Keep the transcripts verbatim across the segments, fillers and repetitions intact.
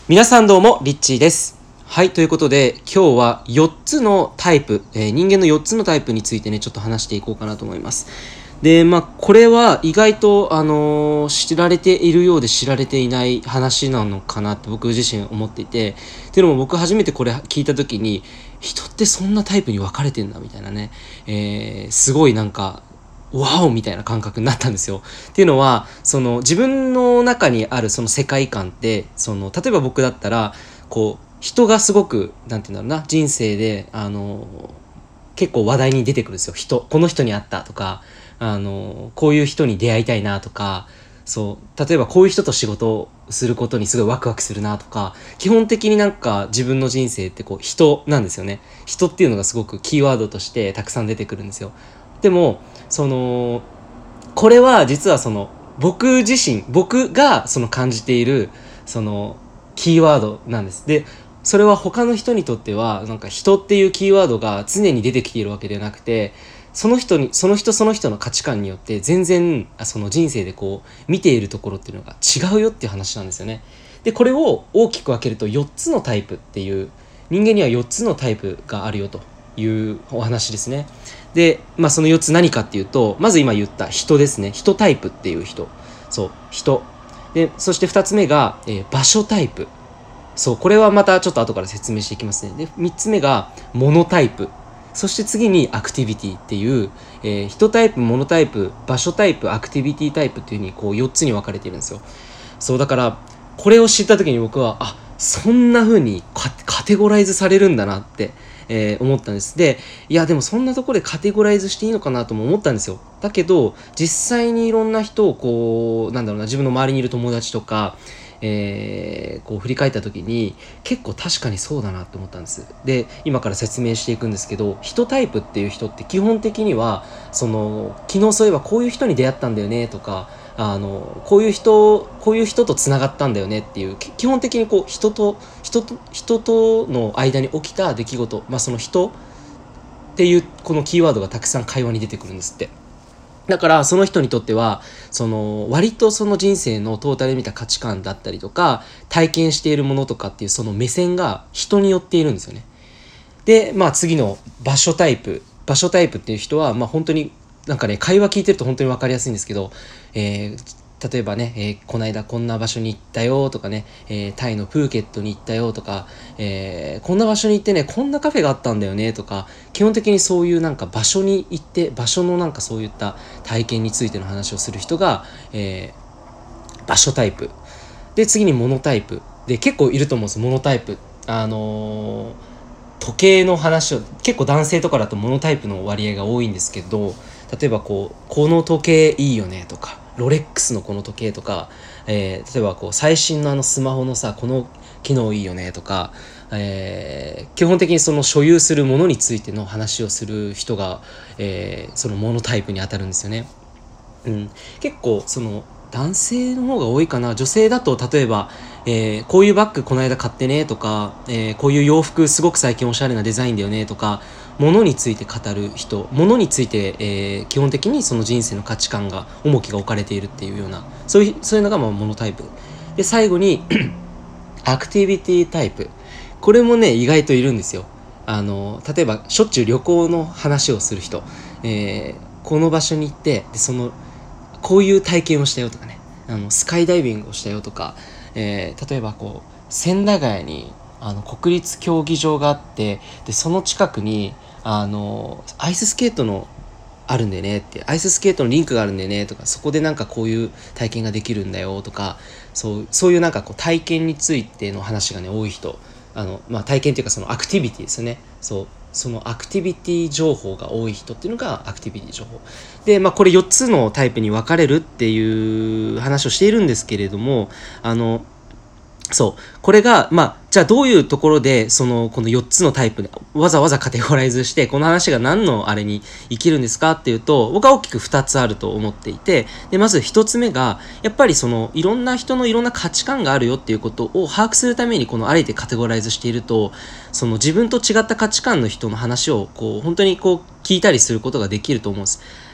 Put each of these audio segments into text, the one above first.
皆さんどうもリッチーです。はい、ということで今日はよっつのタイプ、えー、人間のよっつのタイプについてねちょっと話していこうかなと思います。でまあこれは意外とあのー、知られているようで知られていない話なのかなって僕自身思っていて、っていうのも僕初めてこれ聞いた時に人ってそんなタイプに分かれてんだみたいなね、えー、すごいなんかワオみたいな感覚になったんですよ。っていうのはその自分の中にあるその世界観ってその例えば僕だったらこう人がすごくなんていうんだろうな、人生であの結構話題に出てくるんですよ。人この人に会ったとか、あのこういう人に出会いたいなとか、そう例えばこういう人と仕事をすることにすごいワクワクするなとか、基本的になんか自分の人生ってこう人なんですよね。人っていうのがすごくキーワードとしてたくさん出てくるんですよ。でもそのこれは実はその僕自身僕がその感じているそのキーワードなんです。でそれは他の人にとってはなんか人っていうキーワードが常に出てきているわけではなくて、その人にその人その人の価値観によって全然その人生でこう見ているところっていうのが違うよっていう話なんですよね。でこれを大きく分けるとよっつのタイプっていう、人間にはよっつのタイプがあるよというお話ですね。で、まあ、そのよっつ何かっていうと、まず今言った人ですね。人タイプっていう人、そう人で、そしてふたつめが、えー、場所タイプ。そうこれはまたちょっと後から説明していきますね。でみっつめが物タイプ、そして次にアクティビティっていう、えー、人タイプ、物タイプ、場所タイプ、アクティビティタイプっていう風にこうよっつに分かれているんですよ。そうだからこれを知った時に僕はあそんな風にカ、カテゴライズされるんだなって、えー、思ったんです。でいやでもそんなところでカテゴライズしていいのかなとも思ったんですよ。だけど実際にいろんな人をこうなんだろうな、自分の周りにいる友達とか、えー、こう振り返った時に結構確かにそうだなって思ったんです。で今から説明していくんですけど、人タイプっていう人って基本的にはその昨日そういえばこういう人に出会ったんだよねとか、あのこういう人こういう人とつながったんだよねっていう、基本的にこう人と人と人との間に起きた出来事、まあその人っていうこのキーワードがたくさん会話に出てくるんですって。だからその人にとってはその割とその人生のトータルで見た価値観だったりとか体験しているものとかっていうその目線が人によっているんですよね。でまあ次の場所タイプ場所タイプっていう人はまあ本当になんかね会話聞いてると本当に分かりやすいんですけど、えー、例えばね、えー、この間こんな場所に行ったよとかね、えー、タイのプーケットに行ったよとか、えー、こんな場所に行ってねこんなカフェがあったんだよねとか、基本的にそういうなんか場所に行って場所のなんかそういった体験についての話をする人が、えー、場所タイプで、次にモノタイプで、結構いると思うんですモノタイプ。あのー時計の話を結構男性とかだとモノタイプの割合が多いんですけど、例えばこうこの時計いいよねとか、ロレックスのこの時計とか、えー、例えばこう最新のあのスマホのさこの機能いいよねとか、えー、基本的にその所有するものについての話をする人が、えー、そのモノタイプに当たるんですよね。うん、結構その男性の方が多いかな。女性だと例えば、えー、こういうバッグこの間買ってねとか、えー、こういう洋服すごく最近おしゃれなデザインだよねとか、物について語る人、物について、えー、基本的にその人生の価値観が重きが置かれているっていうような、そういうそういうのがまあモノタイプで、最後にアクティビティタイプ。これもね意外といるんですよ。あの例えばしょっちゅう旅行の話をする人、えー、この場所に行ってでそのこういう体験をしたよとかね、あのスカイダイビングをしたよとか、えー、例えばこう千駄ヶ谷にあの国立競技場があって、でその近くにあのアイススケートのあるんだよねって、アイススケートのリンクがあるんだよねとか、そこでなんかこういう体験ができるんだよとか、そうそういうなんかこう体験についての話がね多い人、あの、まあ、体験というかそのアクティビティですよね。そうそのアクティビティ情報が多い人っていうのがアクティビティ情報で、まあ、これよっつのタイプに分かれるっていう話をしているんですけれども、あのそうこれがまあじゃあどういうところでそのこのよっつのタイプでわざわざカテゴライズしてこの話が何のあれに生きるんですかっていうと、僕は大きくふたつあると思っていて、でまずひとつめがやっぱりそのいろんな人のいろんな価値観があるよっていうことを把握するためにこのあえてカテゴライズしていると、その自分と違った価値観の人の話をこう本当にこう聞いたりすることができると思うんです。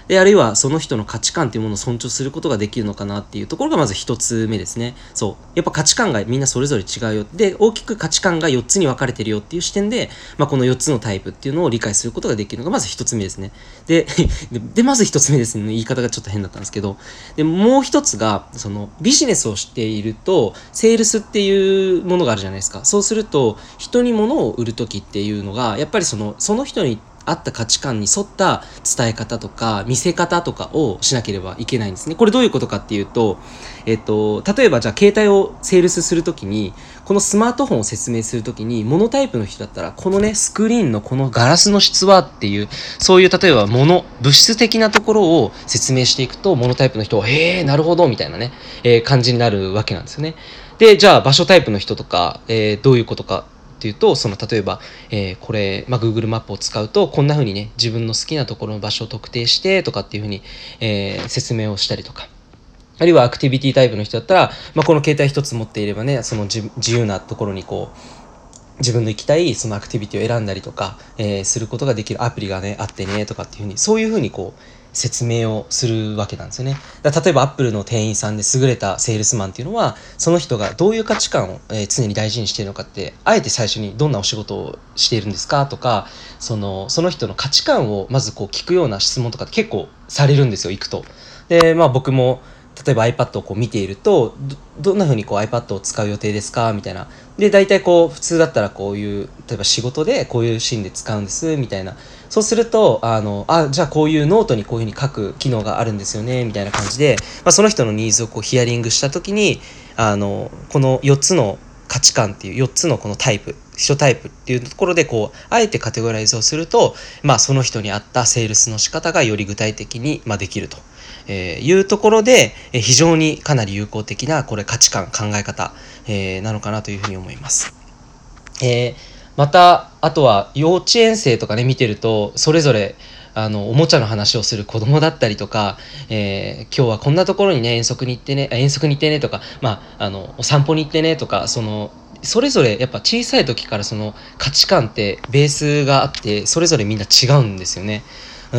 であるいはその人の価値観っていうものを尊重することができるのかなっていうところがまず一つ目ですね。そうやっぱ価値観がみんなそれぞれ違うよで、大きく価値観がよっつに分かれてるよっていう視点で、まあ、このよっつのタイプっていうのを理解することができるのがまず一つ目ですね。でででまず一つ目ですね、言い方がちょっと変だったんですけど、でもう一つがそのビジネスをしているとセールスっていうものがあるじゃないですか。そうすると人に物を売る時っていうのがやっぱりそのその人に合った価値観に沿った伝え方とか見せ方とかをしなければいけないんですね。これどういうことかっていうと、えっと、例えばじゃあ携帯をセールスするときに、このスマートフォンを説明するときに、モノタイプの人だったら、このね、スクリーンのこのガラスの質はっていう、そういう例えば物、物質的なところを説明していくと、モノタイプの人は、へー、なるほど、みたいなね、えー、感じになるわけなんですよね。で、じゃあ場所タイプの人とか、えー、どういうことか。っていうと、その例えば、えー、これ、まあ、Google マップを使うとこんな風にね自分の好きなところの場所を特定してとかっていう風に、えー、説明をしたりとか、あるいはアクティビティタイプの人だったら、まあ、この携帯一つ持っていればねその自由なところにこう自分の行きたいそのアクティビティを選んだりとか、えー、することができるアプリがねあってねとかっていう風にそういう風にこう説明をするわけなんですよね。だから例えばアップルの店員さんで優れたセールスマンっていうのはその人がどういう価値観を、えー、常に大事にしているのかってあえて最初にどんなお仕事をしているんですかとかそのその人の価値観をまずこう聞くような質問とかって結構されるんですよ行くと。でまあ僕も例えば iPad をこう見ていると ど, どんな風にこう iPad を使う予定ですかみたいな。で大体こう普通だったらこういう例えば仕事でこういうシーンで使うんですみたいな。そうするとあのあじゃあこういうノートにこういう風に書く機能があるんですよねみたいな感じで、まあ、その人のニーズをこうヒアリングした時にあのこのよっつの価値観っていうよっつのこのタイプ人タイプっていうところでこうあえてカテゴライズをすると、まあ、その人に合ったセールスの仕方がより具体的に、まあ、できると。えー、いうところで、えー、非常にかなり有効的なこれ価値観考え方、えー、なのかなというふうに思います。えー、またあとは幼稚園生とかね見てるとそれぞれあのおもちゃの話をする子供だったりとか、えー、今日はこんなところにね遠足に行ってね遠足に行ってねとか、まあ、あのお散歩に行ってねとかそのそれぞれやっぱ小さい時からその価値観ってベースがあってそれぞれみんな違うんですよね。うん、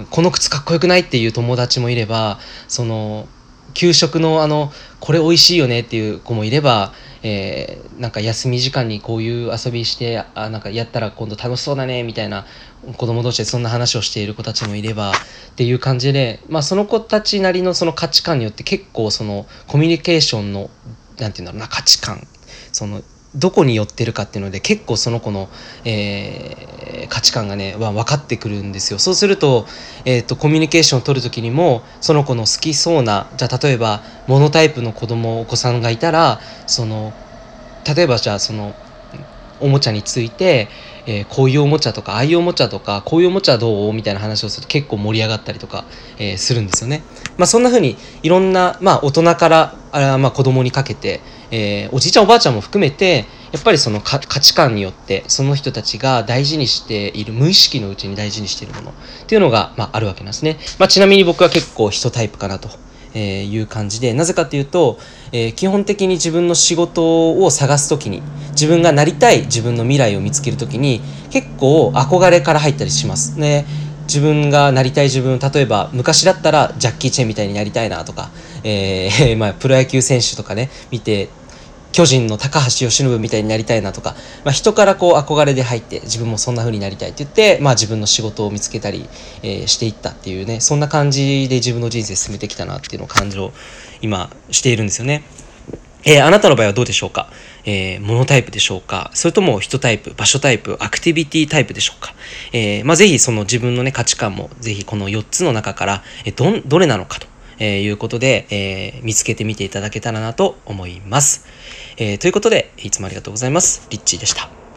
この靴かっこよくないっていう友達もいればその給食のあのこれ美味しいよねっていう子もいれば、えー、なんか休み時間にこういう遊びしてあなんかやったら今度楽しそうだねみたいな子供同士でそんな話をしている子たちもいればっていう感じで、まあ、その子たちなりのその価値観によって結構そのコミュニケーションのなんていうんだろうな価値観そのどこに寄ってるかっていうので結構その子の、えー、価値観がねは分かってくるんですよ。そうすると、えーと、コミュニケーションを取るときにもその子の好きそうなじゃあ例えばモノタイプの子供お子さんがいたらその例えばじゃあそのおもちゃについて、えー、こういうおもちゃとかああいうおもちゃとかこういうおもちゃどうみたいな話をすると結構盛り上がったりとか、えー、するんですよね。まあ、そんな風にいろんな、まあ、大人からあ、まあ、子供にかけて、えー、おじいちゃんおばあちゃんも含めてやっぱりその価値観によってその人たちが大事にしている無意識のうちに大事にしているものっていうのが、まあ、あるわけなんですね。まあ、ちなみに僕は結構人タイプかなとえー、いう感じでなぜかというと、えー、基本的に自分の仕事を探すときに自分がなりたい自分の未来を見つけるときに結構憧れから入ったりしますね。自分がなりたい自分例えば昔だったらジャッキー・チェンみたいになりたいなとか、えーまあ、プロ野球選手とかね見て巨人の高橋由伸みたいになりたいなとか、まあ、人からこう憧れで入って自分もそんな風になりたいって言って、まあ、自分の仕事を見つけたり、えー、していったっていうねそんな感じで自分の人生進めてきたなっていうのを感情今しているんですよね。えー、あなたの場合はどうでしょうか。えー、モノタイプでしょうかそれとも人タイプ場所タイプアクティビティタイプでしょうか。えーまあ、ぜひその自分の、ね、価値観もぜひこのよっつの中から、えー、ど, どれなのかとえー、いうことで、えー、見つけてみていただけたらなと思います。えー、ということでいつもありがとうございます。リッチーでした。